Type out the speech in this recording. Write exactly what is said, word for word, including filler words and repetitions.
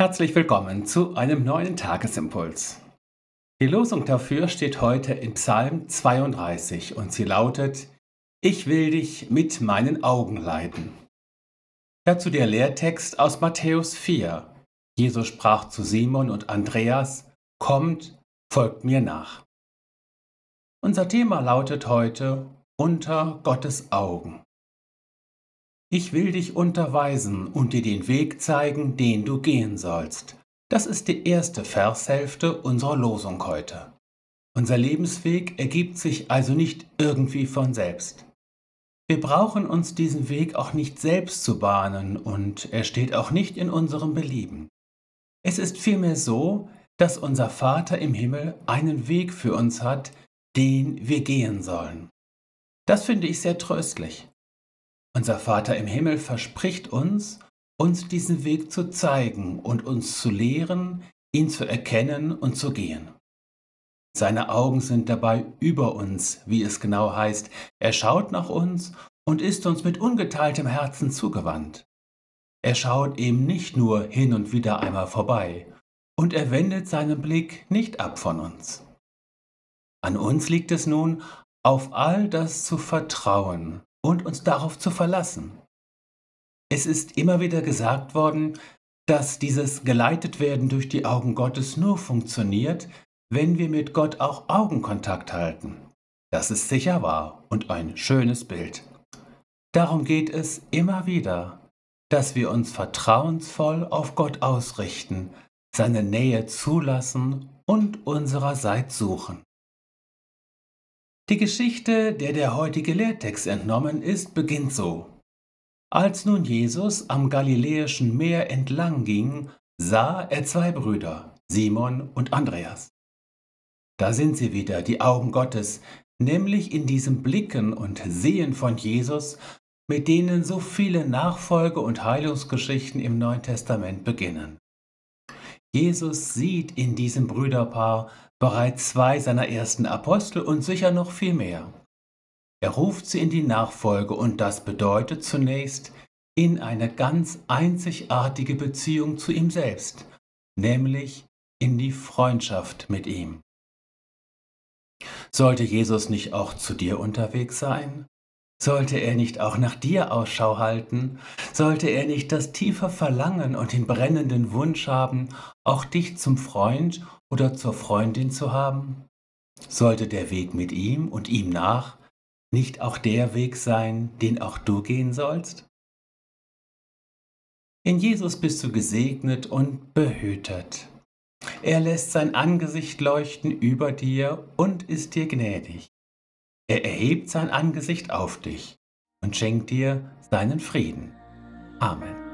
Herzlich willkommen zu einem neuen Tagesimpuls. Die Losung dafür steht heute in Psalm zweiunddreißig und sie lautet: Ich will dich mit meinen Augen leiten. Dazu der Lehrtext aus Matthäus vier. Jesus sprach zu Simon und Andreas: Kommt, folgt mir nach. Unser Thema lautet heute: Unter Gottes Augen. Ich will dich unterweisen und dir den Weg zeigen, den du gehen sollst. Das ist die erste Vershälfte unserer Losung heute. Unser Lebensweg ergibt sich also nicht irgendwie von selbst. Wir brauchen uns diesen Weg auch nicht selbst zu bahnen und er steht auch nicht in unserem Belieben. Es ist vielmehr so, dass unser Vater im Himmel einen Weg für uns hat, den wir gehen sollen. Das finde ich sehr tröstlich. Unser Vater im Himmel verspricht uns, uns diesen Weg zu zeigen und uns zu lehren, ihn zu erkennen und zu gehen. Seine Augen sind dabei über uns, wie es genau heißt. Er schaut nach uns und ist uns mit ungeteiltem Herzen zugewandt. Er schaut eben nicht nur hin und wieder einmal vorbei und er wendet seinen Blick nicht ab von uns. An uns liegt es nun, auf all das zu vertrauen und uns darauf zu verlassen. Es ist immer wieder gesagt worden, dass dieses Geleitetwerden durch die Augen Gottes nur funktioniert, wenn wir mit Gott auch Augenkontakt halten. Das ist sicher wahr und ein schönes Bild. Darum geht es immer wieder, dass wir uns vertrauensvoll auf Gott ausrichten, seine Nähe zulassen und unsererseits suchen. Die Geschichte, der der heutige Lehrtext entnommen ist, beginnt so: Als nun Jesus am Galiläischen Meer entlang ging, sah er zwei Brüder, Simon und Andreas. Da sind sie wieder, die Augen Gottes, nämlich in diesem Blicken und Sehen von Jesus, mit denen so viele Nachfolge- und Heilungsgeschichten im Neuen Testament beginnen. Jesus sieht in diesem Brüderpaar bereits zwei seiner ersten Apostel und sicher noch viel mehr. Er ruft sie in die Nachfolge und das bedeutet zunächst in eine ganz einzigartige Beziehung zu ihm selbst, nämlich in die Freundschaft mit ihm. Sollte Jesus nicht auch zu dir unterwegs sein? Sollte er nicht auch nach dir Ausschau halten? Sollte er nicht das tiefe Verlangen und den brennenden Wunsch haben, auch dich zum Freund oder zur Freundin zu haben? Sollte der Weg mit ihm und ihm nach nicht auch der Weg sein, den auch du gehen sollst? In Jesus bist du gesegnet und behütet. Er lässt sein Angesicht leuchten über dir und ist dir gnädig. Er erhebt sein Angesicht auf dich und schenkt dir seinen Frieden. Amen.